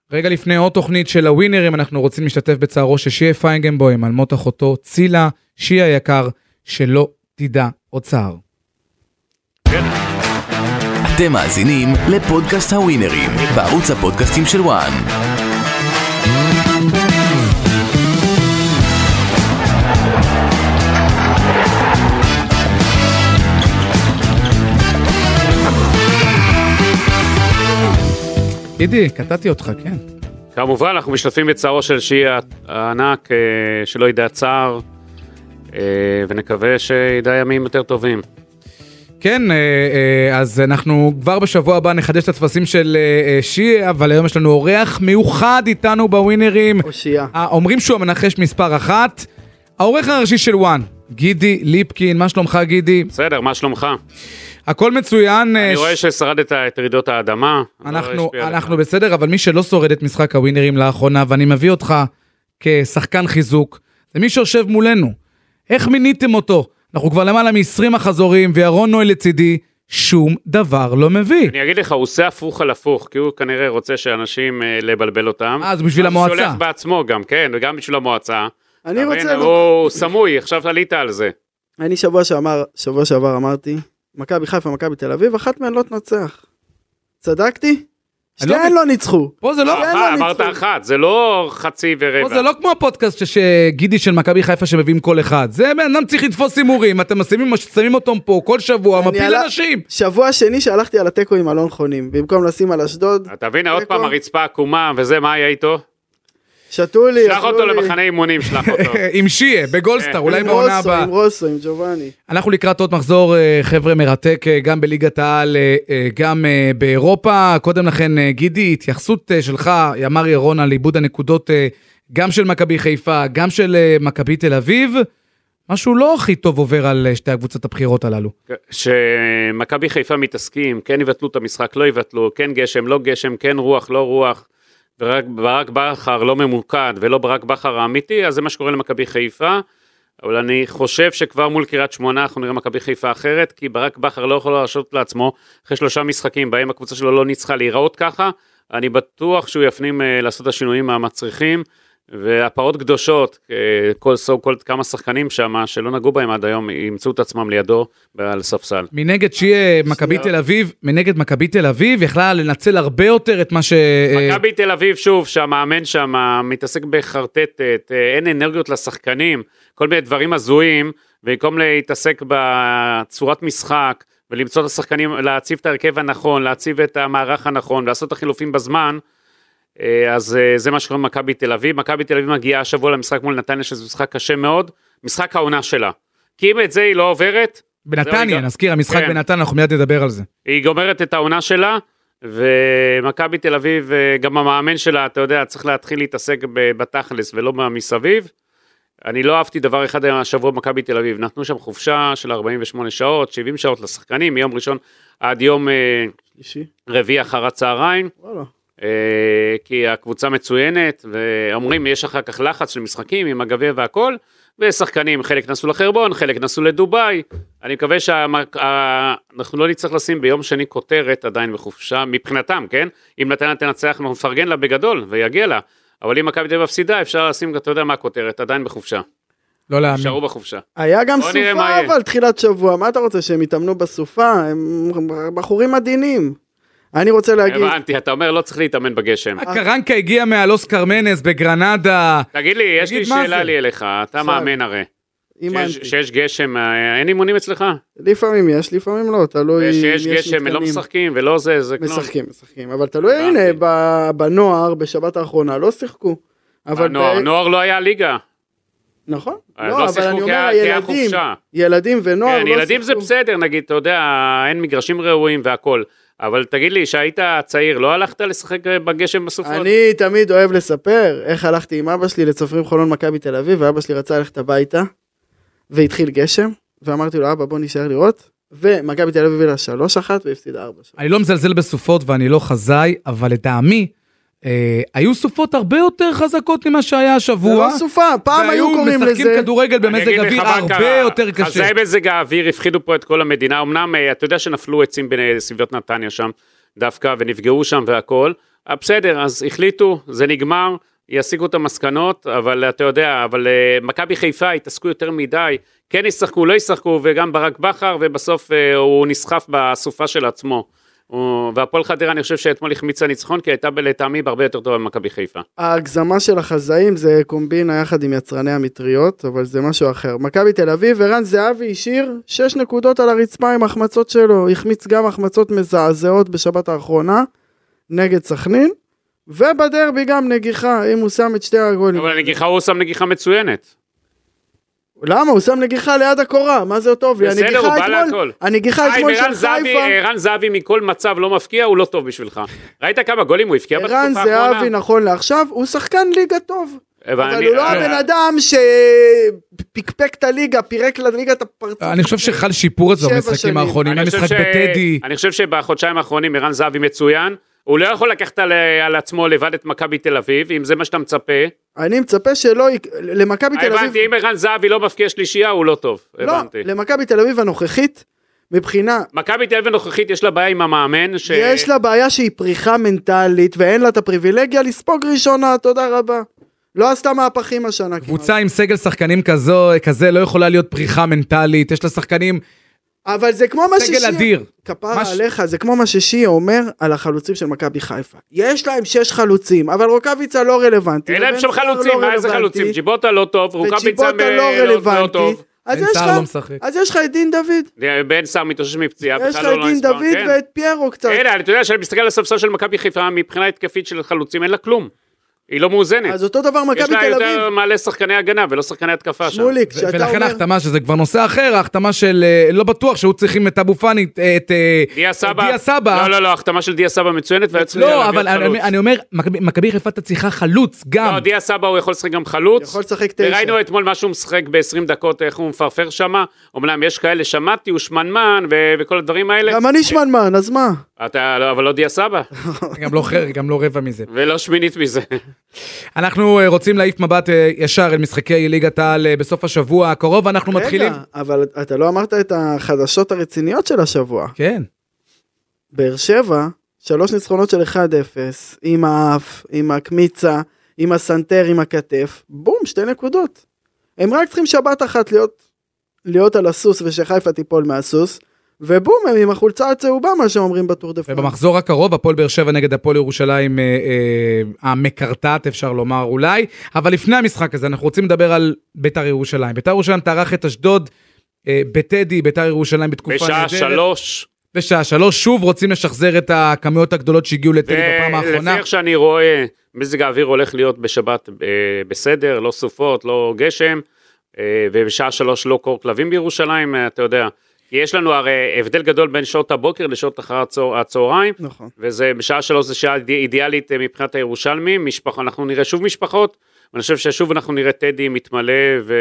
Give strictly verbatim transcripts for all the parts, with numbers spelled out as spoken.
רגע לפני עוד תוכנית של הווינרים, אנחנו רוצים להשתתף בצערו של שיה פיינגנבוים על מות אחותו צילה, שיה היקר, שלא תדע עוד צער. אתם מאזינים לפודקאסט הווינרים, בערוץ הפודקאסטים של וואן. גידי, קטעתי אותך, כן. כמובן, אנחנו משתתפים בצערו של שיה הענק, שלא ידע צער, ונקווה שידע ימים יותר טובים. כן, אז אנחנו כבר בשבוע הבא נחדש את התפסים של שיה, אבל היום יש לנו אורח מיוחד איתנו בווינרים. אושיה. אומרים שהוא המנחש מספר אחת, העורך הראשי של וואן, גידי ליפקין. מה שלומך, גידי? בסדר, מה שלומך? הכל מצוין. אני רואה ששרדת את רעידות האדמה. אנחנו, אנחנו בסדר, אבל מי שלא שורד את משחק הווינרים לאחרונה, ואני מביא אותך כשחקן חיזוק, זה מי שיושב מולנו. איך מיניתם אותו? אנחנו כבר למעלה מ-עשרים החזורים, וירון נוי לצידי, שום דבר לא מביא. אני אגיד לך, הוא עושה הפוך על הפוך, כי הוא כנראה רוצה שאנשים אה, לבלבל אותם. אה, זה בשביל המועצה. הוא שולח בעצמו גם, כן, וגם בשביל המועצה. אני רוצה... הוא סמוי, עכשיו עלית על זה. אני שבוע שעבר, שבוע שעבר אמרתי, מכבי חיפה, מכבי תל אביב, אחת מהן לא תנצח. צדקתי? שתיהן לא ניצחו. פה זה לא... אמרת אחת, זה לא חצי ורבע. פה זה לא כמו הפודקאסט שגידי של מכבי חיפה שמביאים כל אחד. זה אדם צריך לתפוס הימורים, אתם שמים אותם פה כל שבוע, מפיל אנשים. שבוע שני שהלכתי על הטקו עם אלון חונים, במקום לשים על אשדוד. אתה מבין, עוד פעם הרצפה עקומה, וזה מה היה איתו? שתו לי, שלח אותו למחנה אימונים, שלח אותו. עם שיה, בגולדסטאר, אולי בעונה הבאה. עם רוסו, עם ג'ובאני. אנחנו לקראת עוד מחזור חבר'ה מרתק, גם בליגת העל, גם באירופה. קודם לכן, גידי, התייחסות שלך, אמר ירון על איבוד הנקודות, גם של מכבי חיפה, גם של מכבי תל אביב, משהו לא הכי טוב עובר על שתי הקבוצות הבחירות הללו. שמכבי חיפה מתעסקים, כן יבטלו את המשחק, לא יבטלו, כן גשם, לא גשם, כן רוח, לא רוח, ורק ברק בכר לא ממוקד, ולא ברק בכר האמיתי, אז זה מה שקורה למכבי חיפה, אבל אני חושב שכבר מול קריית שמונה, אנחנו נראה מכבי חיפה אחרת, כי ברק בכר לא יכול להרשות לעצמו, אחרי שלושה משחקים, בהם הקבוצה שלו לא ניצחה להיראות ככה, אני בטוח שהוא יפנים לעשות השינויים המצריכים, והפרות קדושות, כל סוג, כל כמה שחקנים שם, שלא נגעו בהם עד היום, ימצאו את עצמם לידו על ספסל. מנגד שיהיה מכבי תל אביב, מנגד מכבי תל אביב, יכלה לנצל הרבה יותר את מה ש... מכבי תל אביב, שוב, שהמאמן שם מתעסק בחרטטת, אין אנרגיות לשחקנים, כל מיני דברים הזויים, במקום להתעסק בצורת משחק, ולמצוא את השחקנים, להציב את הרכב הנכון, להציב את המערך הנכון, לעשות את החילופים בזמן, אז זה מה שקורה מכבי תל אביב. מכבי תל אביב מגיעה השבוע למשחק מול נתניה, שזה משחק קשה מאוד, משחק העונה שלה. כי אם את זה היא לא עוברת... בנתניה, נזכיר, המשחק בנתניה, אנחנו מיד נדבר על זה. היא גומרת את העונה שלה, ומכבי תל אביב, גם המאמן שלה, אתה יודע, צריך להתחיל להתעסק בתכלס ולא מסביב. אני לא אהבתי דבר אחד השבוע במכבי תל אביב, נתנו שם חופשה של ארבעים ושמונה שעות, שבעים שעות לשחקנים, מיום ראשון עד יום רביעי אחר הצהריים. וואלה. כי הקבוצה מצוינת, ואומרים יש אחר כך לחץ של משחקים עם הגביע והכל, ושחקנים חלק נסו לחרבון, חלק נסו לדוביי. אני מקווה שאנחנו לא נצטרך לשים ביום שני כותרת עדיין בחופשה, מבחינתם, כן? אם נתניה תנצח, אנחנו נפרגן לה בגדול ויגיע לה, אבל אם מכבי תל אביב מפסידה, אפשר לשים, אתה יודע מה הכותרת, עדיין בחופשה. לא להאמין. נשארו בחופשה. היה גם סופה, אבל תחילת שבוע, מה אתה רוצה, שהם יתאמנו בסופה? הם בחורים מדהימים. אני רוצה להגיד... הבנתי, אתה אומר לא צריך להתאמן בגשם. הקרנקה הגיע מהלוס קרמנס בגרנדה. תגיד לי, יש לי שאלה לי אליך, אתה מאמן הרי. שיש גשם, אין אימונים אצלך? לפעמים יש, לפעמים לא, תלוי... שיש גשם, לא משחקים ולא זה, זה כלום. משחקים, משחקים, אבל תלוי, הנה, בנוער, בשבת האחרונה, לא שיחקו. הנוער לא היה ליגה. נכון, לא, אבל אני אומר, ילדים, ילדים ונוער לא שיחקו. ילדים זה בסדר, נגיד, אתה יודע, אין מגרשים ראויים והכל. אבל תגיד לי, שהיית צעיר, לא הלכת לשחק בגשם בסופות? אני תמיד אוהב לספר איך הלכתי עם אבא שלי לצופרים חולון מכבי תל אביב, ואבא שלי רצה ללכת הביתה, והתחיל גשם, ואמרתי לו, אבא בוא נשאר לראות, ומכבי תל אביב הביאה שלוש אחת והפסידה ארבע. אני לא מזלזל בסופות ואני לא חזאי, אבל לטעמי, אה, היו סופות הרבה יותר חזקות ממה שהיה השבוע. זה לא סופה, פעם היו קוראים לזה. והיו משחקים כדורגל במזג אוויר הרבה יותר קשה. חזאי מזג האוויר, הפחידו פה את כל המדינה, אמנם אתה יודע שנפלו עצים בסביבות נתניה שם, דווקא, ונפגעו שם והכל, בסדר, אז החליטו, זה נגמר, יסיקו את המסקנות, אבל אתה יודע, אבל מכבי חיפה התעסקו יותר מדי, כן ישחקו, לא ישחקו, וגם ברק בכר, ובסוף הוא נסחף בסופה של עצמו. והפועל חדרה, אני חושב שאתמול החמיצה ניצחון, כי הייתה לטעמי בהרבה יותר טובה במכבי חיפה. ההגזמה של החזאים זה קומבינה יחד עם יצרני המטריות, אבל זה משהו אחר. מכבי תל אביב, ערן זהבי השאיר שש נקודות על הרצפה עם החמצות שלו, החמיץ גם החמצות מזעזעות בשבת האחרונה, נגד סכנין, ובדרבי גם נגיחה, אם הוא שם את שתי הגולים. אבל הנגיחה הוא שם נגיחה מצוינת. למה? הוא שם נגיחה ליד הקורה, מה זה טוב לי? בסדר, הוא בא להכל. הנגיחה אתמול של חיפה. ערן זהבי מכל מצב לא מפקיע, הוא לא טוב בשבילך. ראית כמה גולים הוא הפקיע בתקופה האחרונה? ערן זהבי נכון לעכשיו, הוא שחקן ליגה טוב. אבל הוא לא הבן אדם שפיקפק את הליגה, פירק לליגה את הפרצוף. אני חושב שחל שיפור אצלו במשחקים האחרונים, המשחק בטדי. אני חושב שבחודשיים האחרונים ערן זהבי מצוין, הוא לא יכול לקחת על עצמו לבד את מכבי תל אביב, אם זה מה שאתה מצפה. אני מצפה שלא, למכבי תל אביב... הבנתי, אם ערן זהבי לא מפקיע שלישייה, הוא לא טוב. לא, למכבי תל אביב הנוכחית, מבחינה... מכבי תל אביב הנוכחית יש לה בעיה עם המאמן, ש... יש לה בעיה שהיא פריחה מנטלית, ואין לה את הפריבילגיה לספוג ראשונה, תודה רבה. לא עשתה מהפכים השנה. קבוצה עם סגל שחקנים כזו, כזה לא יכולה להיות פריחה מנטלית, יש לה שחקנים... אבל זה כמו מה סגל אדיר. כפרה עליך, זה כמו מה ששי אומר על החלוצים של מכבי חיפה. יש להם שש חלוצים, אבל רוקאביצה לא רלוונטי. אין להם שם חלוצים, מה איזה חלוצים? ג'יבוטה לא טוב, רוקאביצה לא טוב. אז יש לך את דין דוד. בן סער מתאושש מפציעה. יש לך את דין דוד ואת פיירו קצת. אין, אני יודע שאני מסתכל על הספסל של מכבי חיפה, מבחינה התקפית של חלוצים, אין לה כלום. היא לא מאוזנת. אז אותו דבר מכבי תל אביב. יש לה יותר מעלה שחקני הגנה ולא שחקני התקפה שם. שמוליק, שאתה אומר... ולכן ההחתמה שזה כבר נושא אחר, ההחתמה של לא בטוח שהוא צריכים את אבו פאני, את דיה סבא. לא, לא, לא, ההחתמה של דיה סבא מצוינת. לא, אבל אני אומר, מכבי חיפה אתה צריכה חלוץ גם. לא, דיה סבא הוא יכול לשחק גם חלוץ. יכול לשחק תשע. וראינו אתמול משהו משחק ב-עשרים דקות, איך הוא מפרפר שמה. אומנם יש כאלה, שמעתי, הוא שמנמן וכל הדברים האלה. גם אני שמנמן, אז מה? אתה, אבל לא דיה סבא. גם לא חר, גם לא רבע מזה. ולא שמינית מזה. אנחנו רוצים להעיף מבט ישר אל משחקי ליגת העל בסוף השבוע הקרוב, אנחנו מתחילים. רגע, אבל אתה לא אמרת את החדשות הרציניות של השבוע. כן. באר שבע, שלוש ניצחונות של אחד אפס, עם האף, עם הקמיצה, עם הסנטר, עם הכתף, בום, שתי נקודות. הם רק צריכים שבת אחת להיות, להיות על הסוס, ושחיפה תיפול מהסוס, ובום, הם עם החולצה הצהובה, מה שאומרים בטור דה פרנס. ובמחזור הקרוב, הפועל באר שבע נגד הפועל ירושלים, אה, אה, המקרטט, אפשר לומר אולי, אבל לפני המשחק הזה, אנחנו רוצים לדבר על ביתר ירושלים. ביתר ירושלים תארח את אשדוד, אה, בטדי, ביתר ירושלים בתקופה בשעה נהדרת. שלוש. בשעה שלוש, שוב רוצים לשחזר את הכמויות הגדולות שהגיעו לטדי בפעם האחרונה. לפי איך שאני רואה, מזג האוויר הולך להיות בשבת אה, בסדר, לא סופות, לא גשם, אה, ובשעה שלוש לא קור כלבים בירושלים, אה, אתה יודע. כי יש לנו הרי הבדל גדול בין שעות הבוקר לשעות אחר הצהריים, נכון. וזה בשעה שלוש זה שעה אידיאלית מבחינת הירושלמים, משפחה, אנחנו נראה שוב משפחות, ואני חושב ששוב אנחנו נראה טדי מתמלא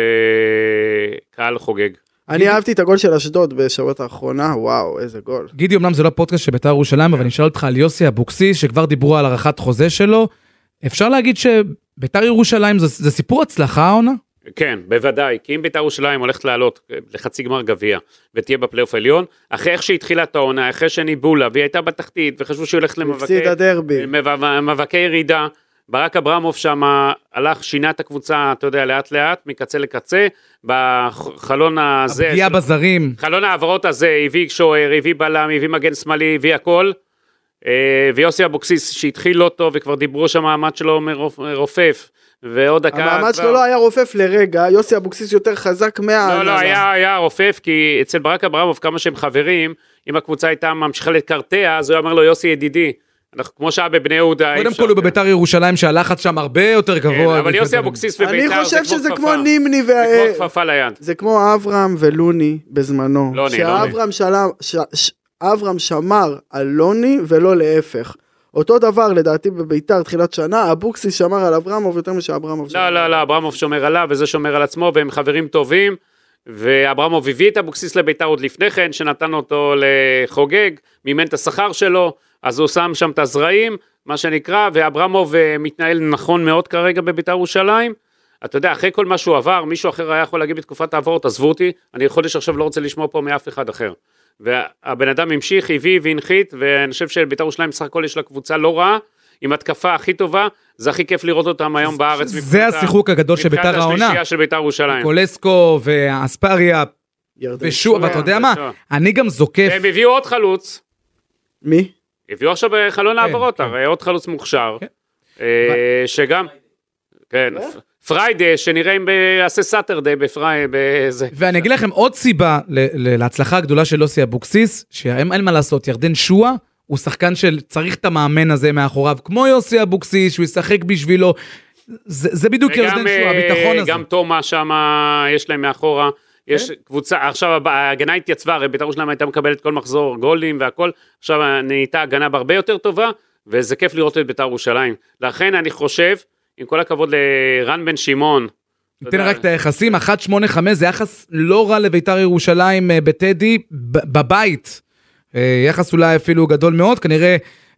וקהל חוגג. אני אהבתי את הגול של אשדוד בשבועות האחרונה, וואו, איזה גול. גידי, אמנם זה לא פודקאסט של ביתר ירושלים, אבל אני אשאל אותך על יוסי אבוקסיס, שכבר דיברו על ערכת חוזה שלו, אפשר להגיד שביתר ירושלים זה, זה סיפור הצלחה העונה? כן, בוודאי, כי אם ביתר ירושלים הולכת לעלות לחצי גמר גביע, ותהיה בפלייאוף עליון, אחרי איך שהתחילה את העונה, אחרי שניבאו לה, והיא הייתה בתחתית, וחשבו שהיא הולכת למאבקי ירידה, ברק אברמוב שם הלך, שינה את הקבוצה, אתה יודע, לאט לאט, מקצה לקצה, בחלון הזה, הפגיעה בזרים, חלון העברות הזה, הביא שוער, הביא בלם, הביא מגן שמאלי, הביא הכל, ויוסי אבוקסיס שהתחיל לא טוב, וכבר דיברו שם המעמד שלו רופף, ועוד דקה... המעמד שלו לא היה רופף לרגע, יוסי אבוקסיס יותר חזק מה... לא, לא, היה, היה רופף, כי אצל ברק אברמוב, כמה שהם חברים, אם הקבוצה הייתה ממשיכה לקרטע, אז הוא אמר לו, יוסי ידידי, אנחנו כמו שעה בבני יהודה... קודם כל הוא בביתר ירושלים, שהלחץ שם הרבה יותר גבוה. אבל יוסי אבוקסיס בביתר, אני חושב שזה כמו נימני, זה כמו כפפה ליד. זה כמו אברהם ולוני בזמנו. לוני, שאברהם אברהם שמר על לוני ולא להפך. אותו דבר לדעתי בביתר תחילת שנה, אבוקסיס שמר על אברמוב יותר משאברמוב שמר. לא, לא, לא, אברמוב שומר עליו וזה שומר על עצמו והם חברים טובים, ואברמוב הביא את אבוקסיס לביתר עוד לפני כן, שנתן אותו לחוגג, מימן את השכר שלו, אז הוא שם שם את הזרעים, מה שנקרא, ואברמוב מתנהל נכון מאוד כרגע בביתר ירושלים. אתה יודע, אחרי כל מה שהוא עבר, מישהו אחר היה יכול להגיד בתקופת העברות, עזבו אותי, אני חודש עכשיו לא רוצה לשמוע פה מאף אחד אחר. והבן אדם המשיך, הביא והנחית, ואני חושב שביתר ירושלים בסך הכל יש לה קבוצה לא רעה, עם התקפה הכי טובה, זה הכי כיף לראות אותם היום בארץ. זה השיחוק הגדול של ביתר העונה. מבחינת השלישייה של ביתר ירושלים. קולסקו ואספריה, ושוב, ואתה יודע מה, אני גם זוקף. הם הביאו עוד חלוץ. מי? הביאו עכשיו חלון העברות, הרי עוד חלוץ מוכשר, שגם, כן, פריידי, שנראה אם יעשה סאטרדי בפריי, בזה. ואני אגיד לכם עוד סיבה להצלחה הגדולה של יוסי אבוקסיס, שאין מה לעשות, ירדן שועה, הוא שחקן של צריך את המאמן הזה מאחוריו, כמו יוסי אבוקסיס, שהוא ישחק בשבילו, זה בדיוק ירדן שועה, הביטחון הזה. גם תומה שם, יש להם מאחורה, יש קבוצה, עכשיו ההגנה התייצבה, הרי בית"ר ירושלים הייתה מקבלת כל מחזור גולים והכל, עכשיו נהייתה הגנה בהרבה יותר טובה, וזה כיף לראות את בית"ר ירושלים. לכן אני חושב, עם כל הכבוד לרן בן שמעון, ניתן רק את היחסים, אחת שמונה חמש, זה יחס לא רע לבית"ר ירושלים בטדי, בבית, יחס אולי אפילו גדול מאוד, כנראה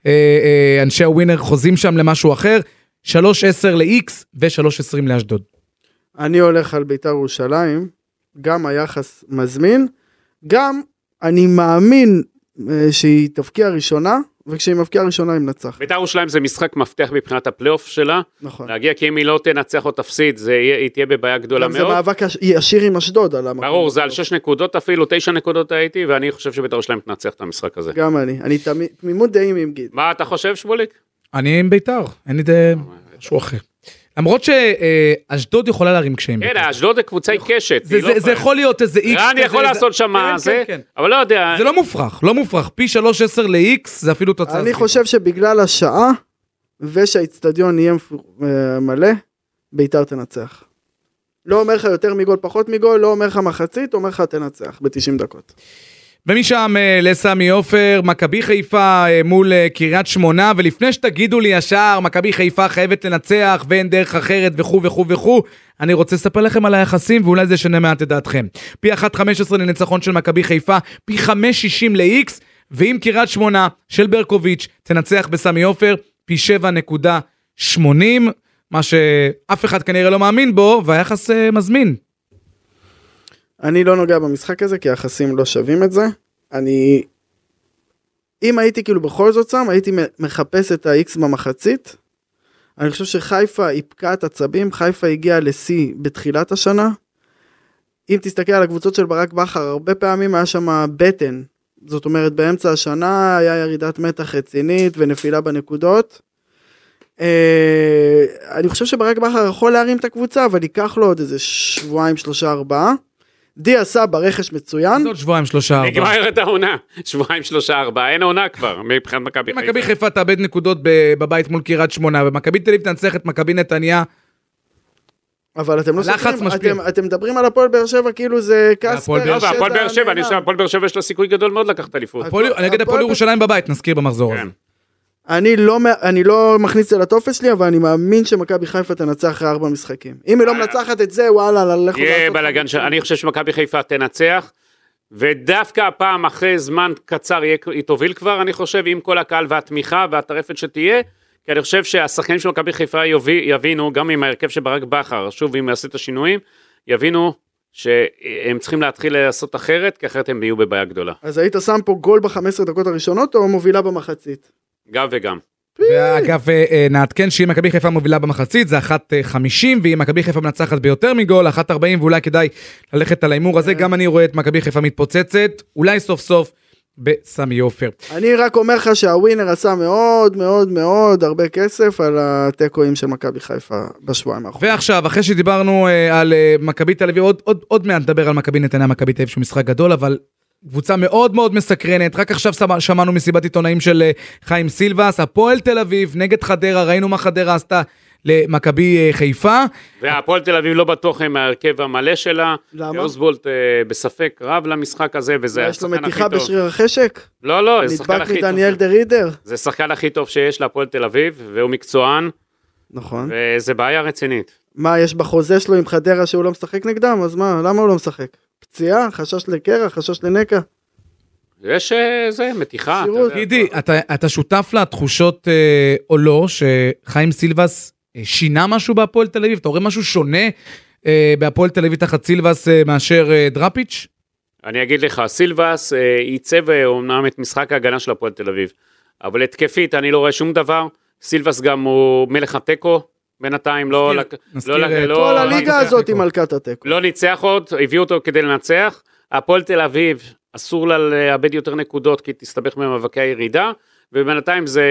אנשי הווינר חוזים שם למשהו אחר, שלוש עשר ל-X ו-שלוש עשרים לאשדוד. אני הולך על בית"ר ירושלים, גם היחס מזמין, גם אני מאמין שהיא תפקיע ראשונה, וכשהיא מפקיעה ראשונה היא מנצח. בית"ר ירושלים זה משחק מפתח מבחינת הפלייאוף שלה, נכון. להגיע כי אם היא לא תנצח או תפסיד, זה יהיה, היא תהיה בבעיה גדולה מאוד. זה מאבק ישיר עם אשדוד על המקום. ברור, זה על שש נקודות אפילו, תשע נקודות הייתי, ואני חושב שבית"ר ירושלים תנצח את המשחק הזה. גם אני, אני תמימות דעים עם גיד. מה אתה חושב, שמוליק? אני עם בית"ר, אין לי משהו אחר. למרות שאשדוד יכולה להרים קשיים. כן, אשדוד זה קבוצה עיקשת. זה יכול להיות איזה איקס. רן יכול לעשות שם זה, אבל לא יודע. זה לא מופרך, לא מופרך. פי שלוש עשר ל-X זה אפילו תוצאה. אני חושב שבגלל השעה, ושהאצטדיון יהיה מלא, בית"ר תנצח. לא אומר לך יותר מגול, פחות מגול, לא אומר לך מחצית, אומר לך תנצח ב-תשעים דקות. ומשם לסמי עופר, מכבי חיפה מול קריית שמונה, ולפני שתגידו לי ישר, מכבי חיפה חייבת לנצח, ואין דרך אחרת וכו' וכו' וכו', אני רוצה לספר לכם על היחסים, ואולי זה שנה מעט את דעתכם. פי אחת חמש עשרה לניצחון של מכבי חיפה, פי חמש שישים ל-X, ואם קריית שמונה של ברקוביץ' תנצח בסמי עופר, פי שבע נקודה שמונים, מה שאף אחד כנראה לא מאמין בו, והיחס מזמין. אני לא נוגע במשחק הזה, כי היחסים לא שווים את זה. אני, אם הייתי כאילו בכל זאת שם, הייתי מחפש את ה-X במחצית. אני חושב שחיפה איפקה את עצבים, חיפה הגיעה ל-C בתחילת השנה. אם תסתכל על הקבוצות של ברק בכר, הרבה פעמים היה שם בטן. זאת אומרת, באמצע השנה היה ירידת מתח רצינית ונפילה בנקודות. אני חושב שברק בכר יכול להרים את הקבוצה, אבל ייקח לו עוד איזה שבועיים, שלושה, ארבעה. די עשה ברכש מצוין. עוד שבועיים, שלושה, ארבעה. נגמר את העונה. שבועיים, שלושה, ארבעה. אין עונה כבר, מבחינת מכבי חיפה. מכבי חיפה תאבד נקודות בבית מול קריית שמונה, ומכבי תל אביב תנצח את מכבי נתניה. אבל אתם לא סופרים, אתם, אתם מדברים על הפועל באר שבע, כאילו זה קספר. הפועל באר שבע, אני חושב, הפועל באר שבע יש לו סיכוי גדול מאוד לקחת אליפות. אני אגיד הפועל ירושלים בבית, נזכיר במחזור הזה. אני לא, אני לא מכניס את לטופס שלי, אבל אני מאמין שמכבי חיפה תנצח אחרי ארבע משחקים. אם היא לא מנצחת את זה, וואלה, ללכו לעשות. אני חושב שמכבי חיפה תנצח, ודווקא הפעם אחרי זמן קצר היא תוביל כבר, אני חושב, עם כל הקהל והתמיכה והטרפת שתהיה, כי אני חושב שהשחקנים של מכבי חיפה יבינו, גם עם ההרכב שברק בכר, שוב, אם יעשה את השינויים, יבינו שהם צריכים להתחיל לעשות אחרת, כי אחרת הם יהיו בבעיה גדולה. אז היית שם פה גול ב-חמש עשרה דקות הראשונות, או מובילה במחצית? גם וגם. ואגב, נעדכן שאם מכבי חיפה מובילה במחצית, זה אחת חמישים, ואם מכבי חיפה מנצחת ביותר מגול, אחת ארבעים, ואולי כדאי ללכת על האימור הזה, גם אני רואה את מכבי חיפה מתפוצצת, אולי סוף סוף בסמי עופר. אני רק אומר לך שהווינר עשה מאוד מאוד מאוד הרבה כסף על הטקואים של מכבי חיפה בשבועיים האחרונים. ועכשיו, אחרי שדיברנו על מכבי תל אביב, עוד, עוד, עוד מעט נדבר על מכבי נתניה, מכבי תל אביב שהוא משחק גדול, אבל קבוצה מאוד מאוד מסקרנת, רק עכשיו שמענו מסיבת עיתונאים של חיים סילבס, הפועל תל אביב נגד חדרה, ראינו מה חדרה עשתה למכבי חיפה. והפועל תל אביב לא בטוח עם ההרכב המלא שלה. למה? אוסבולט בספק רב למשחק הזה, וזה השחקן הכי טוב. יש לו מתיחה בשריר החשק? לא, לא, זה שחקן הכי טוב. נדבק מדניאל דה רידר? זה שחקן הכי טוב שיש להפועל תל אביב, והוא מקצוען. נכון. וזה בעיה רצינית. מה, יש בחוזה שלו עם חדרה שהוא לא משחק נגדם? אז מה, למה הוא לא משחק? פציעה, חשש לקרע, חשש לנקע. יש זה, מתיחה. גידי, אתה שותף לתחושות או לא, שחיים סילבס שינה משהו בהפועל תל אביב? אתה רואה משהו שונה בהפועל תל אביב תחת סילבס מאשר דראפיץ'? אני אגיד לך, סילבס ייצב אומנם את משחק ההגנה של הפועל תל אביב, אבל התקפית אני לא רואה שום דבר, סילבס גם הוא מלך הטקו, בינתיים לא... נזכיר, לא- נזכיר, לא- כל לא- הליגה ניצח הזאת היא תיקו. מלכת התיקו. לא ניצח עוד, הביאו אותו כדי לנצח. הפועל תל אביב, אסור לה לאבד יותר נקודות, כי תסתבך במאבקי הירידה, ובינתיים זה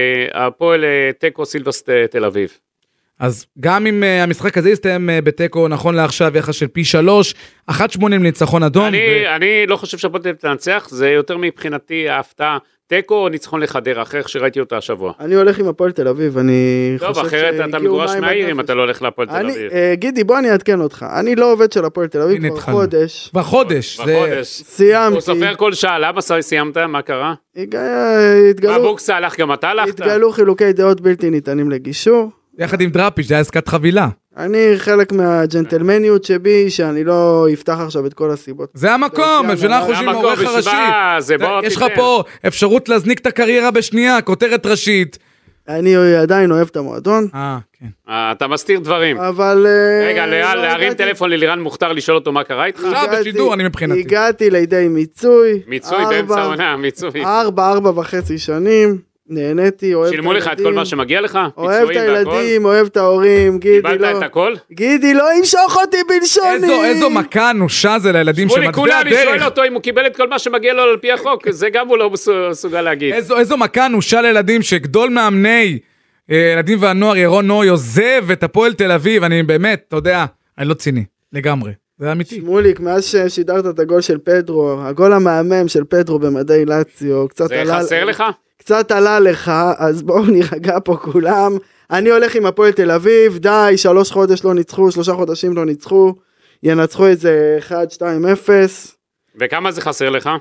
הפועל טקו סילבס תל אביב. אז גם אם uh, המשחק הזה יסתיים uh, בתיקו, נכון לעכשיו, יחס של פי שלוש, אחת שמונים ניצחון אדום. אני, ו... אני לא חושב שהפועל תל אביב תנצח, זה יותר מבחינתי ההפתעה, תיקו או ניצחון לחדרה, אחרי איך שראיתי אותה השבוע. אני הולך עם הפועל תל אביב, אני טוב, חושב אחרת אתה שהגיעו מגורש מים מהעיר עד אם נפש. אתה לא הולך להפועל תל אני, אביב. אה, גידי, בוא אני אעדכן אותך, אני לא עובד של הפועל תל אביב הנה כבר התחלנו. חודש, כבר חודש. זה... בחודש. סיימתי, הוא סופר כל שעה, למה סיימת? מה קרה? הג- מה התגלו, בוקסה הלך, גם אתה הלכת? התגלו חילוקי דעות בלתי ניתנים לגישור, יחד עם דראפיש, זה היה עסקת חבילה. אני חלק מהג'נטלמניות שבי, שאני לא אפתח עכשיו את כל הסיבות. זה המקום, זה בשביל אנחנו זה חושבים המקום, עורך הראשי. בשביל- זה בוא יש לך תיתן. פה אפשרות להזניק את הקריירה בשנייה, כותרת ראשית. אני עדיין אוהב את המועדון, אה, כן. אה, אתה מסתיר דברים. אבל... אה, רגע, לירן, לא להרים הגעתי- טלפון ללירן מוכתר לשאול אותו מה קרה איתך? עכשיו הגעתי- בשידור, אני מבחינתי. הגעתי לידי מיצוי, מיצוי ארבע- באמצע העונה, מיצוי. ארבע, ארבע וחצי שנים, נהניתי, אוהב את שילמו לך את כל מה שמגיע לך? אוהב את פיצויים והכל? הילדים, אוהב את ההורים, גידי קיבלת לא... את הכל? גידי לא ימשוך אותי בלשוני! איזו, איזו מכה אנושה זה לילדים שמולי, שמטבע כולה, אני שואל הדרך. אותו אם הוא קיבל את כל מה שמגיע לו על פי החוק, זה גם הוא לא מסו- מסוגל להגיד. איזו, איזו מכה אנושה לילדים שגדול מאמני אה, ילדים והנוער, ירון נוי, עוזב את הפועל תל אביב. אני באמת, אתה יודע, אני לא ציני, לגמרי. זה אמיתי. שמוליק, מאז ששידרת את הגול של פדרו, הגול המהמם של פדרו במדי לאציו, קצת זה עלה... חסר לך? קצת עלה לך, אז בואו נירגע פה כולם. אני הולך עם הפועל תל אביב, די, שלוש חודש לא ניצחו, שלושה חודשים לא ניצחו, ינצחו איזה אחת שתיים אפס. וכמה זה חסר לך?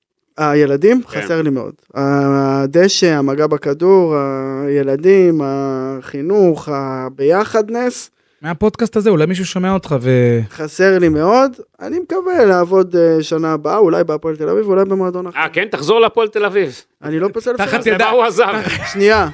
הילדים? כן. חסר לי מאוד. הדשא, המגע בכדור, הילדים, החינוך, הביחדנס, מהפודקאסט הזה, אולי מישהו שומע אותך ו... חסר לי מאוד. אני מקווה לעבוד אה, שנה הבאה, אולי בהפועל תל אביב, אולי במועדון אחר. אה, כן? תחזור לפועל תל אביב. אני לא פוסל תחת לפני. אז למה הוא עזב? שנייה.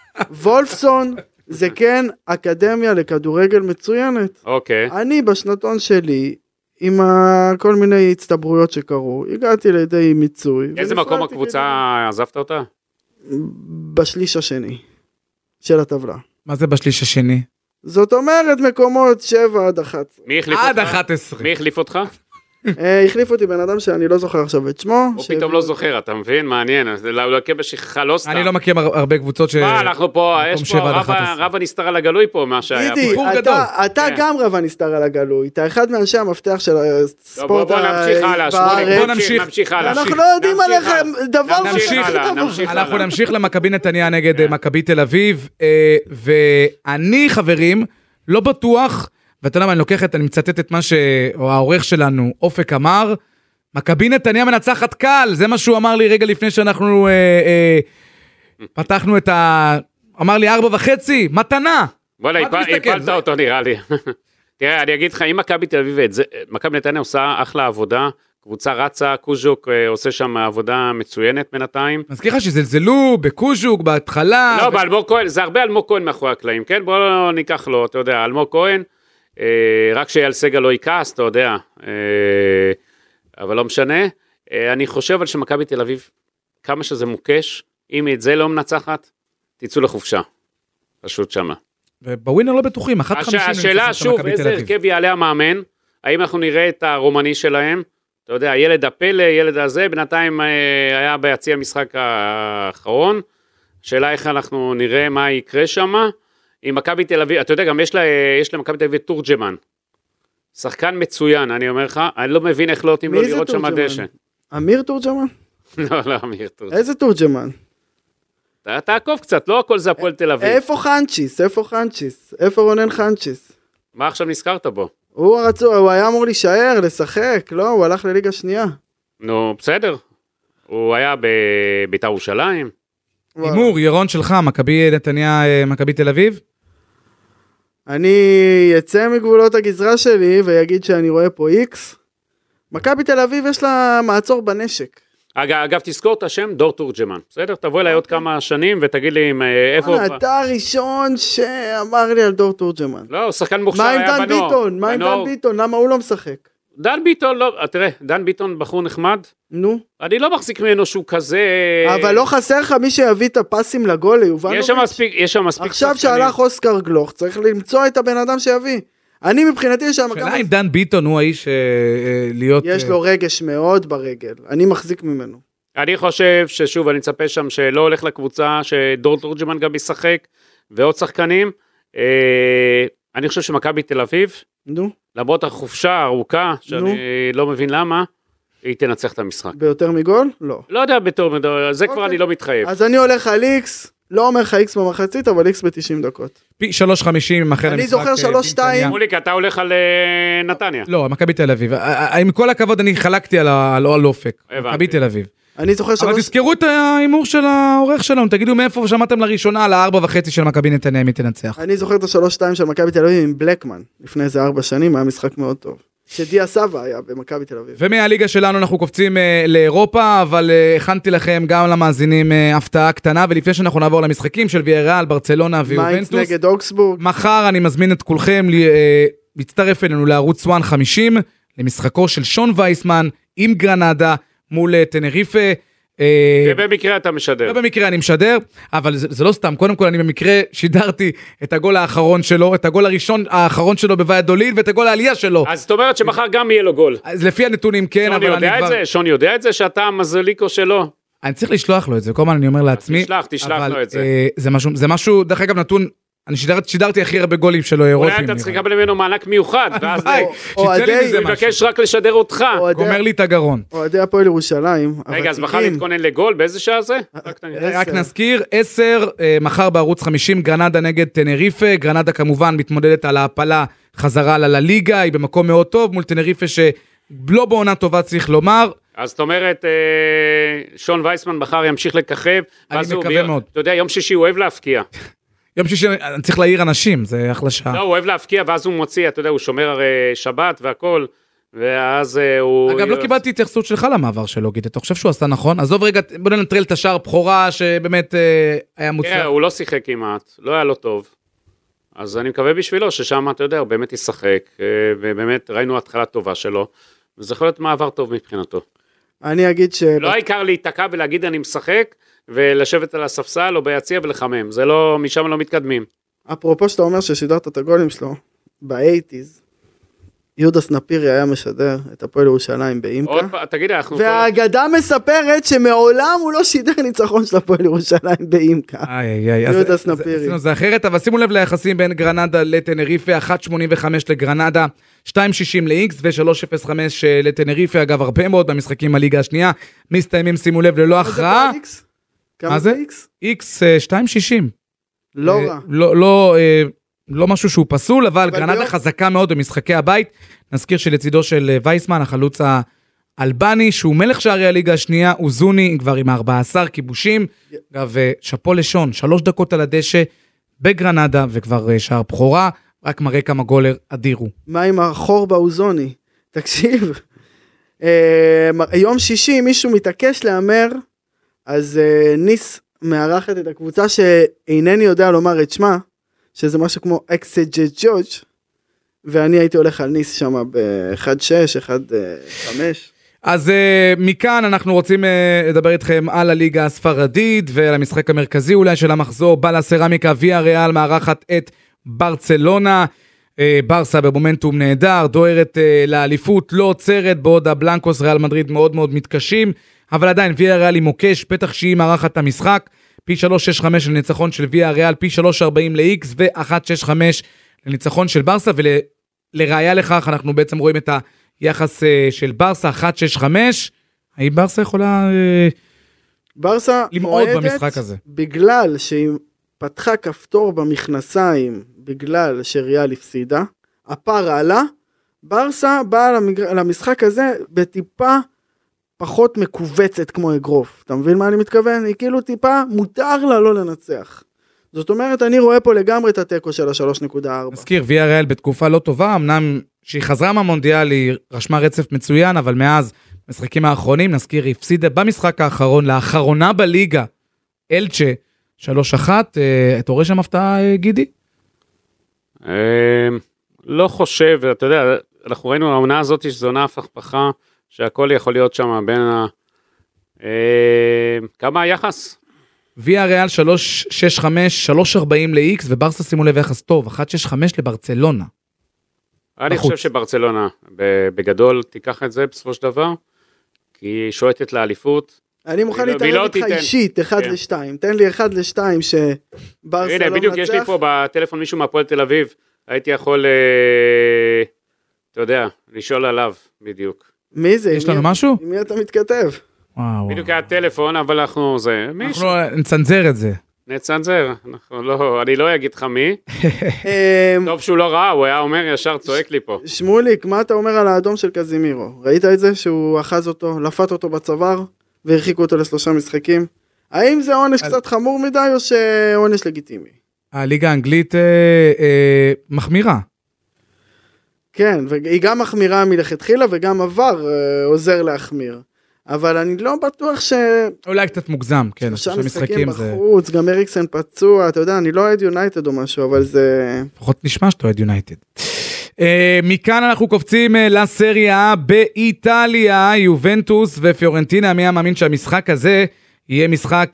וולפסון זה כן אקדמיה לכדורגל מצוינת. אוקיי. אני בשנתון שלי, עם ה- כל מיני הצטברויות שקרו, הגעתי לידי מיצוי. איזה ונפרדתי מקום הקבוצה עזבת אותה? כדי- בשליש השני של הטבלה. מה זה בשליש השני? זאת אומרת מקומות שבע עד אחת עשרה. מי החליף עד אותך? אחת עשרה. מי החליף אותך? אה, החליף אותי בן אדם שאני לא זוכר עכשיו את שמו. הוא שהביא- פתאום לא זוכר, אתה מבין? מעניין. זה לא לקה בשכחה, לא סתם. אני לא מכיר הר- הרבה קבוצות ש... מה, אנחנו פה, מקום יש פה שבע עד רב אחת ה- עשרה. רב הנסתר על הגלוי פה, מה שהיה גידי, סיפור פה. גדול. אתה, אתה כן. גם רב הנסתר על הגלוי, אתה אחד מאנשי המפתח של טוב, בוא הספורט בוא נמשיך הלאה, שמוליק, בוא בוא נמשיך. נמשיך, נמשיך הלאה. אנחנו לא יודעים נמשיך עליכם הלאה. דבר נמשיך וחצי הלאה, דבר. נמשיך אנחנו הלאה. נמשיך למכבי נתניה נגד כן. אה, מכבי תל אביב, אה, ואני, חברים, לא בטוח, ואתה יודע מה, אני לוקח את, אני מצטט את מה שהעורך שלנו, אופק אמר, מכבי נתניה מנצחת קל, זה מה שהוא אמר לי רגע לפני שאנחנו אה, אה, פתחנו את ה... אמר לי ארבע וחצי, מתנה. בוא'נה, מה אתה הפ- מסתכל? הפלת זה- אותו נראה לי. תראה, אני אגיד לך, אם מכבי תל אביב, את זה- מכבי נתניה עושה אחלה עבודה, קבוצה רצה, קוז'וק אה, עושה שם עבודה מצוינת בינתיים. מזכיר לך שזלזלו בקוז'וק בהתחלה. לא, ו- באלמוג כהן, זה הרבה אלמוג כהן מאחורי הקלעים, כן? בואו ניקח לו, אתה יודע, אלמוג כהן, אה, רק שאייל סגל לא יכעס, אתה יודע, אה, אבל לא משנה. אה, אני חושב על שמכבי תל אביב, כמה שזה מוקש, אם את זה לא מנצחת, תצאו לחופשה. פשוט שמה. ובווינר לא בטוחים, אחת הש- חמישים. השאלה לניצחון שוב, מכבי איזה תל אביב. הרכב יעלה המאמן, האם אנחנו נראה את הרומני שלהם, אתה יודע, ילד הפלא, ילד הזה, בינתיים אה, היה ביציע המשחק האחרון, השאלה איך אנחנו נראה מה יקרה שם, עם מכבי תל אביב, אתה יודע, גם יש לה, יש למכבי תל אביב תורג'מן, שחקן מצוין, אני אומר לך, אני לא מבין איך לא נותנים לו מי זה לראות שם תורג'מן? דשא. אמיר תורג'מן? לא, לא, אמיר תורג'מן. איזה תורג'מן? אתה- תעקוב קצת, לא הכל זה הפועל תל אביב. איפה חנצ'יס? איפה חנצ'יס? איפה רונן חנצ'יס? מה עכשיו נזכרת בו? הוא רצו, הוא היה אמור להישאר, לשחק, לא? הוא הלך לליגה שנייה. נו, בסדר. הוא היה בבית"ר ירושלים. וואלה. הימור, ירון שלך, מכבי נתניה, אה, מכבי תל אביב? אני אצא מגבולות הגזרה שלי ויגיד שאני רואה פה איקס. מכבי תל אביב יש לה מעצור בנשק. אגב, אגב, תזכור את השם, דור תורג'מן. בסדר? תבוא אליי עוד כמה שנים ותגיד לי אם, אה, איפה... וואלה, אתה הראשון שאמר לי על דור תורג'מן. לא, הוא שחקן מוכשר מה עם היה דן בנוער. ביטון? מה עם בנוער. דן ביטון? למה הוא לא משחק? דן ביטון, לא, תראה, דן ביטון בחור נחמד, נו. אני לא מחזיק ממנו שהוא כזה... אבל לא חסר לך מי שיביא את הפסים לגול ליובנוביץ'. יש שם מספיק, יש שם מספיק... עכשיו שהלך אוסקר גלוך, צריך למצוא את הבן אדם שיביא. אני מבחינתי שם... שאלה אם דן ביטון הוא האיש להיות... יש לו רגש מאוד ברגל, אני מחזיק ממנו. אני חושב ששוב, אני מצפה שם שלא הולך לקבוצה, שדור תורג'מן גם ישחק, ועוד שחקנים. אני חושב שמכבי תל אביב, נו. למרות החופשה הארוכה, שאני לא מבין למה, היא תנצח את המשחק. ביותר מגול? לא. לא יודע, ביותר מגול, זה כבר אני לא מתחייב. אז אני הולך על איקס, לא אומר לך איקס במחצית, אבל איקס ב-תשעים דקות. פי שלוש חמישים אחרי אני זוכר שלוש שתיים. מוליק, אתה הולך על נתניה. לא, מכבי תל אביב. עם כל הכבוד אני חלקתי על אופק. מכבי תל אביב. אני זוכר שלוש... אבל תזכרו את ההימור של העורך שלנו, תגידו מאיפה שמעתם לראשונה על הארבע וחצי של מכבי נתניה, מי תנצח. אני זוכר את השלוש שתיים של מכבי תל אביב עם בלקמן, לפני איזה ארבע שנים, היה משחק מאוד טוב. שדיה סבא היה במכבי תל אביב. ומהליגה שלנו אנחנו קופצים uh, לאירופה, אבל uh, הכנתי לכם גם למאזינים uh, הפתעה קטנה, ולפני שאנחנו נעבור למשחקים של ויאריאל, ברצלונה ויובנטוס. מיינץ נגד אוקסבורג. מחר אני מזמין את כולכם uh, להצטרף אלינו לערוץ וואן חמישים, למשחקו של שון וייסמן עם גרנדה מול טנריפה. ובמקרה אתה משדר. ובמקרה אני משדר, אבל זה, זה לא סתם, קודם כל אני במקרה שידרתי את הגול האחרון שלו, את הגול הראשון האחרון שלו בויאדוליד, ואת הגול העלייה שלו. אז זאת אומרת שמחר גם יהיה לו גול. אז לפי הנתונים כן, אבל אני כבר... שון יודע את זה? שון יודע את זה שאתה המזליקו שלו? אני צריך לשלוח לו את זה, כל הזמן אני אומר לעצמי. תשלח, תשלח לו את זה. זה משהו, זה משהו, דרך אגב נתון, אני שידרתי, שידרתי הכי הרבה גולים שלו אירופים. אולי אתה צריך לקבל ממנו מענק מיוחד, ואז הוא יבקש רק לשדר אותך. גומר לי את הגרון. אוהדי הפועל ירושלים. רגע, אז מחר להתכונן לגול, באיזה שעה זה? רק נזכיר, עשר, מחר בערוץ חמישים, גרנדה נגד טנריפה, גרנדה כמובן מתמודדת על ההפלה חזרה לליגה, היא במקום מאוד טוב, מול טנריפה שלא בעונה טובה צריך לומר. אז זאת אומרת, שון וייסמן מחר ימשיך לככב. אני מקווה מאוד. אתה יודע, יום שישי הוא אוהב להפקיע. יום שישי, אני צריך להעיר אנשים, זה אחלה שעה. לא, הוא אוהב להפקיע, ואז הוא מוציא, אתה יודע, הוא שומר הרי שבת והכל, ואז הוא... אגב, לא קיבלתי התייחסות שלך למעבר שלו, גיד, אתה חושב שהוא עשה נכון? עזוב רגע, בוא ננטרל את השער בחורה, שבאמת היה מוצלח. תראה, הוא לא שיחק כמעט, לא היה לו טוב. אז אני מקווה בשבילו, ששם, אתה יודע, הוא באמת ישחק, ובאמת ראינו התחלה טובה שלו, וזה יכול להיות מעבר טוב מבחינתו. אני אגיד ש... לא העיקר להיתקע ולהגיד אני משחק, ולשבת על הספסל או ביציע ולחמם, זה לא, משם לא מתקדמים. אפרופו שאתה אומר ששידרת את הגולים שלו, ב-שמונים, יהודה סנפירי היה משדר את הפועל ירושלים באימקה. עוד פעם, תגיד, אנחנו... והאגדה מספרת שמעולם הוא לא שידר ניצחון של הפועל ירושלים באימקה. איי, איי, איי. יהודה סנפירי. זה אחרת, אבל שימו לב ליחסים בין גרנדה לטנריפה, אחת שמונים וחמש לגרנדה, שתיים שישים ל-X ו-שלוש אפס חמש לטנריפה, אגב, הרבה מאוד במשחקים הליגה השנייה, מסתיימים, שימו לב, ללא הכרעה. כמה זה X? X שתיים שישים. לא רע. לא, לא, לא משהו שהוא פסול, אבל גרנדה חזקה מאוד במשחקי הבית. נזכיר שלצידו של וייסמן, החלוץ האלבני, שהוא מלך שערי הליגה השנייה, הוא זוני, כבר עם ארבעה עשר כיבושים. אגב, שפו לשון, שלוש דקות על הדשא בגרנדה, וכבר שער בחורה, רק מראה כמה גולר אדירו. מה עם החור באוזוני? תקשיב. יום שישי מישהו מתעקש לאמר, אז ניס מארחת את הקבוצה שאינני יודע לומר את שמה, שזה משהו כמו אקסג'ג'וג', ואני הייתי הולך על ניס שם ב-אחד שש, אחד חמש. אז uh, מכאן אנחנו רוצים uh, לדבר איתכם על הליגה הספרדית, ועל המשחק המרכזי אולי של המחזור, בלה סרמיקה, ויאריאל מארחת את ברצלונה, uh, ברסה במומנטום נהדר, דוהרת uh, לאליפות, לא עוצרת, בעוד הבלנקוס ריאל מדריד מאוד מאוד מתקשים, אבל עדיין ויאריאל היא מוקש, פתח שהיא מארחת את המשחק, פי שלוש שש חמש לניצחון של ויאריאל, פי שלוש ארבעים ל-X ו-אחת שש חמש לניצחון של ברסה, ולראיה לכך אנחנו בעצם רואים את היחס של ברסה, אחת שש חמש, האם ברסה יכולה ברסה למעוד במשחק הזה? בגלל שהיא פתחה כפתור במכנסיים, בגלל שריאל הפסידה, הפער עלה, ברסה באה למשחק הזה בטיפה פחות מקובצת כמו אגרוף. אתה מבין מה אני מתכוון? היא כאילו טיפה מותר לה לא לנצח. זאת אומרת, אני רואה פה לגמרי את הטקו של ה-שלוש נקודה ארבע. נזכיר, ויאריאל בתקופה לא טובה, אמנם שהיא חזרה מהמונדיאל, היא רשמה רצף מצוין, אבל מאז משחקים האחרונים, נזכיר, היא הפסידה במשחק האחרון, לאחרונה בליגה, אלצ'ה, שלוש אחת, אתה רואה שם הפתעה, גידי? לא חושב, אתה יודע, אנחנו ראינו העונה הזאת שזו עונה הפכפכה, שהכל יכול להיות שם בין ה... כמה היחס? ויה ריאל שלוש שש חמש, שלוש ארבעים ל-X, וברסה שימו לב יחס טוב, אחת שש חמש לברצלונה. אני חושב שברצלונה, בגדול, תיקח את זה בסופו של דבר, כי היא שואטת לאליפות. אני מוכן להתערב איתך אישית, אחד לשתיים. תן לי אחד לשתיים שברסה לא מנצח. הנה, בדיוק יש לי פה בטלפון מישהו מהפועל תל אביב, הייתי יכול, אתה יודע, לשאול עליו בדיוק. מי זה? יש לנו משהו? עם מי אתה מתכתב? בדיוק היה טלפון, אבל אנחנו זה, מישהו. אנחנו נצנזר את זה. נצנזר, אני לא אגיד לך מי. טוב שהוא לא ראה, הוא היה אומר ישר צועק לי פה. שמוליק, מה אתה אומר על האדום של קזימירו? ראית את זה שהוא אחז אותו, לפת אותו בצוואר, והרחיקו אותו לשלושה משחקים? האם זה עונש קצת חמור מדי, או שעונש לגיטימי? הליגה האנגלית מחמירה. כן, והיא גם מחמירה מלכתחילה, וגם עבר עוזר להחמיר. אבל אני לא בטוח ש... אולי קצת מוגזם, כן. שלושה משחקים בחוץ, גם אריקסן פצוע, אתה יודע, אני לא אוהד יונייטד או משהו, אבל זה... לפחות נשמע שאתה אוהד יונייטד. מכאן אנחנו קופצים לסריה באיטליה, יובנטוס ופיורנטינה, מי המאמין שהמשחק הזה יהיה משחק,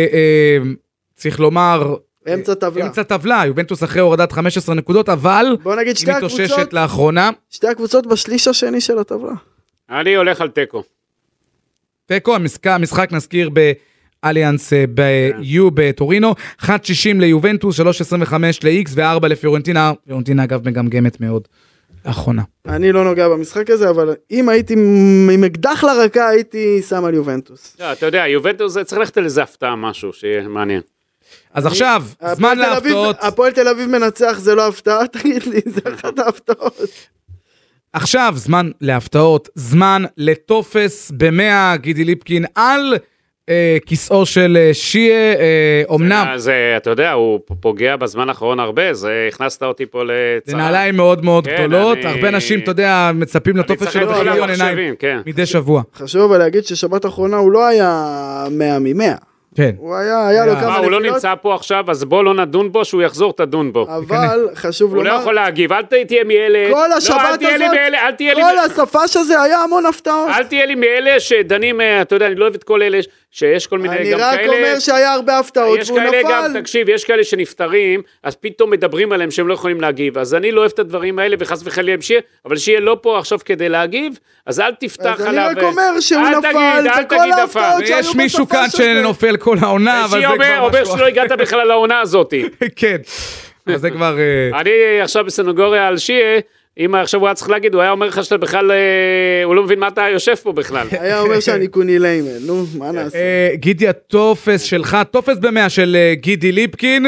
צריך לומר... אמצע טבלה. אמצע טבלה, יובנטוס אחרי הורדת חמש עשרה נקודות, אבל... בוא נגיד שתי הקבוצות... היא מתאוששת לאחרונה. שתי הקבוצות בשליש השני של הטבלה. אני הולך על טקו. טקו, המשחק נזכיר באליאנס ב-U בטורינו, אחת שישים ליובנטוס, שלוש עשרים וחמש ל-X ו-ארבע לפיורנטינה, פיורנטינה אגב מגמגמת מאוד לאחרונה. אני לא נוגע במשחק הזה, אבל אם הייתי עם אקדח לרקה, הייתי שם על יובנטוס. לא, אתה יודע, יובנטוס זה צריך ללכת לזה הפתעה משהו שיהיה מעניין. אז עכשיו, זמן להפתעות. הפועל תל אביב מנצח זה לא הפתעה, תגיד לי, זה אחת ההפתעות. עכשיו זמן להפתעות, זמן לטופס במאה, גידי ליפקין, על אה, כיסאו של אה, שיה, אה, אומנם. זה, זה, אתה יודע, הוא פוגע בזמן האחרון הרבה, זה הכנסת אותי פה לצרה. זה נעליים מאוד מאוד כן, גדולות, אני... הרבה אנשים, אתה יודע, מצפים לטופס שלו בחיליון עיניים, כן. מדי שבוע. חשוב אבל להגיד ששבת האחרונה הוא לא היה מאה ממאה. כן. הוא היה, היה לו כמה נפילות. הוא לא נמצא פה עכשיו, אז בוא לא נדון בו, שהוא יחזור, תדון בו. אבל חשוב לומר... הוא לא יכול להגיב, אל תהיה מאלה... כל השבת הזאת, כל הספש הזה היה המון הפתעות. אל תהיה לי מאלה שדנים, אתה יודע, אני לא אוהב את כל אלה, שיש כל מיני גם כאלה... אני רק אומר שהיה הרבה הפתעות, והוא נפל. יש כאלה גם, תקשיב, יש כאלה שנפטרים, אז פתאום מדברים עליהם שהם לא יכולים להגיב, אז אני לא אוהב את הדברים האלה, וחס וחלילה ימשיך, אבל שיהיה לא פה עכשיו כדי להגיב, אז אל תפתח עליו. אז אני רק אומר שהוא נפל, וכל ההפתעות שהיו יש מישהו כאן שנופל כל העונה, אבל זה כבר משהו. אומר שלא הגעת בכלל לעונה הזאת. כן, אז זה כבר... אני עכשיו בסנגוריה על שיה, אם עכשיו הוא היה צריך להגיד, הוא היה אומר לך שאתה בכלל, הוא לא מבין מה אתה יושב פה בכלל. היה אומר שאני קוני ליימן, נו, מה נעשה? גידי, הטופס שלך, טופס במאה של גידי ליפקין,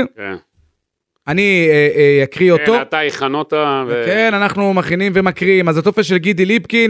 אני אקריא אותו. כן, אתה הכנות. כן, אנחנו מכינים ומקריאים, אז הטופס של גידי ליפקין,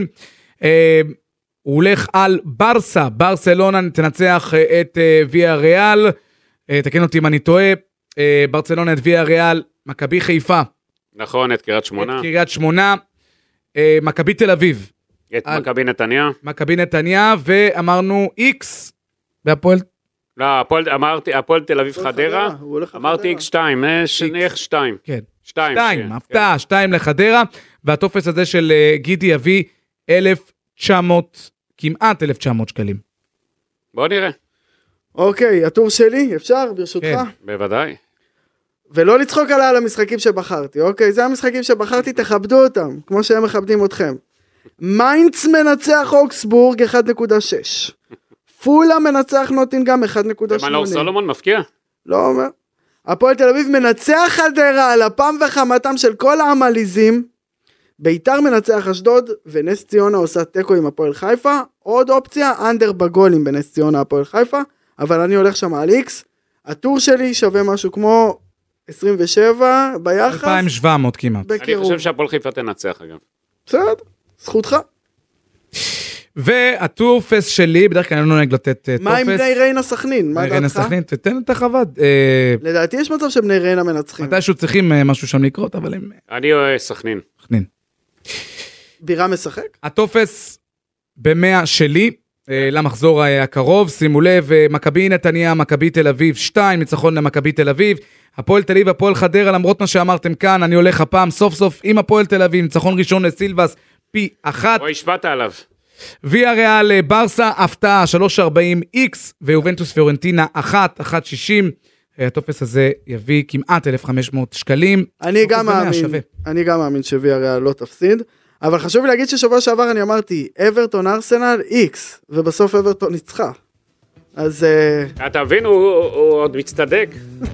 הוא הולך על ברסה, ברסלונה תנצח את ויה ריאל, תקן אותי אם אני טועה, ברצלונה את ויה ריאל, מכבי חיפה. נכון, את קריית שמונה. את קריית שמונה, מכבי תל אביב. את מכבי נתניה. מכבי נתניה, ואמרנו איקס, והפועל... לא, אמרתי, הפועל תל אביב חדרה, אמרתי איקס שתיים, איך שתיים. כן, שתיים, הפתעה, שתיים לחדרה, והטופס הזה של גידי יביא אלף תשע מאות, כמעט אלף תשע מאות שקלים. בוא נראה. אוקיי, הטור שלי, אפשר, ברשותך? כן, בוודאי. ולא לצחוק עליי על המשחקים שבחרתי, אוקיי? זה המשחקים שבחרתי, תכבדו אותם, כמו שהם מכבדים אתכם. מיינץ מנצח אוקסבורג אחת נקודה שש. פולה מנצח נוטינגהם אחת נקודה שמונה. ומנור סולומון מפקיע? לא אומר. הפועל תל אביב מנצח חדרה על אפם וחמתם של כל העמליזים. ביתר מנצח אשדוד, ונס ציונה עושה טקו עם הפועל חיפה. עוד אופציה, אנדר בגולים בנס ציונה הפועל חיפה. אבל אני הולך שם על איקס. הטור שלי שווה משהו כמו עשרים ושבע ביחס. אלפיים שבע מאות כמעט. בקירוב. אני חושב שהפועל חיפה תנצח אגב. בסדר, זכותך. והטופס שלי, בדרך כלל אני לא נוהג לתת טופס. מה עם בני ריינה סכנין? מה דעתך? ריינה סכנין, תתן את החבד. לדעתי יש מצב שבני ריינה מנצחים. מתישהו צריכים משהו שם לקרות, אבל הם... אני אוהב סכנין. סכנין. בירה משחק? הטופס במאה שלי, למחזור הקרוב. שימו לב, מכבי נתניה, מכבי תל אביב שתיים, ניצחון למכבי תל אביב. הפועל תל אביב, הפועל חדרה, למרות מה שאמרתם כאן, אני הולך הפעם סוף סוף עם הפועל תל אביב, ניצחון ראשון לסילבס, פי אחת. או השפעת עליו. ויה ריאל ברסה, הפתעה, שלוש ארבעים איקס, ויובנטוס פיורנטינה, אחת, אחת שישים. הטופס הזה יביא כמעט אלף וחמש מאות שקלים. אני גם מאמין, אני גם מאמין שוויה ריאל לא תפסיד, אבל חשוב לי להגיד ששבוע שעבר אני אמרתי, אברטון ארסנל איקס, ובסוף אברטון ניצחה. אז... אתה מבין, הוא עוד מצטדק.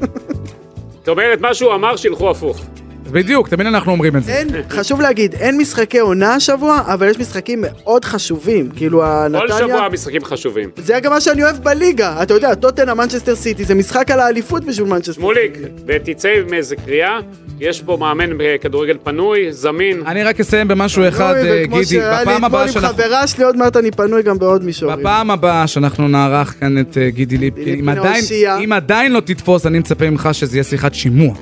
זאת אומרת, מה שהוא אמר שילכו הפוך. בדיוק, תמיד אנחנו אומרים את זה. אין, חשוב להגיד, אין משחקי עונה השבוע, אבל יש משחקים מאוד חשובים, כאילו הנתניה... כל שבוע משחקים חשובים. זה גם מה שאני אוהב בליגה, אתה יודע, טוטנהאם מנצ'סטר סיטי, זה משחק על האליפות בשביל מנצ'סטר סיטי. מוליק, ותצא עם איזה קריאה, יש פה מאמן בכדורגל פנוי, זמין. אני רק אסיים במשהו אחד, גידי, בפעם הבאה שאנחנו... עם חברה שלי עוד מעט אני פנוי גם בעוד מישורים. בפעם הבאה שאנחנו נערך כאן את גידי ליפקין, אם עדיין לא תתפוס, אני מצפה ממך שזה יהיה שיחת שימוע.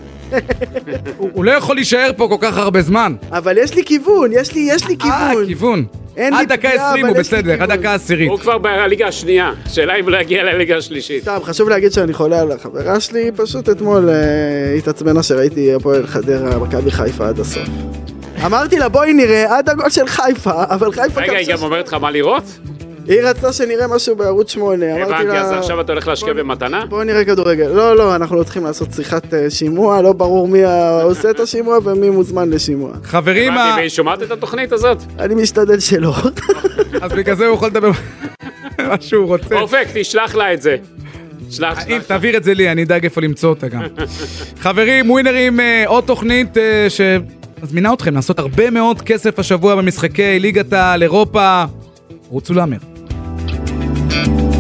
הוא לא יכול להישאר פה כל כך הרבה זמן. אבל יש לי כיוון, יש לי, יש לי כיוון. אה, כיוון. עד דקה עשרים הוא בסדר, עד דקה עשירית. הוא כבר בליגה השנייה, שאלה אם הוא לא יגיע לליגה השלישית. סתם, חשוב להגיד שאני חולה על החברה שלי, פשוט אתמול התעצבנה שראיתי הפועל חדרה, מכבי חיפה עד הסוף. אמרתי לה בואי נראה עד הגול של חיפה, אבל חיפה... רגע, היא גם אומרת לך מה לראות? היא רצתה שנראה משהו בערוץ שמונה. הבנתי, אז עכשיו אתה הולך להשקיע במתנה? בואו נראה כדורגל. לא, לא, אנחנו לא צריכים לעשות שיחת שימוע, לא ברור מי עושה את השימוע ומי מוזמן לשימוע. חברים... הבנתי, והיא שומעת את התוכנית הזאת? אני משתדל שלא. אז בגלל זה הוא יכול לדבר מה שהוא רוצה. אופק, תשלח לה את זה. שלח, שלח. תעביר את זה לי, אני אדאג איפה למצוא אותה גם. חברים, ווינרים, עוד תוכנית שמזמינה אתכם לעשות הרבה מאוד כסף השבוע במשחקי ליגת העל אירופה. רוצו לאמר.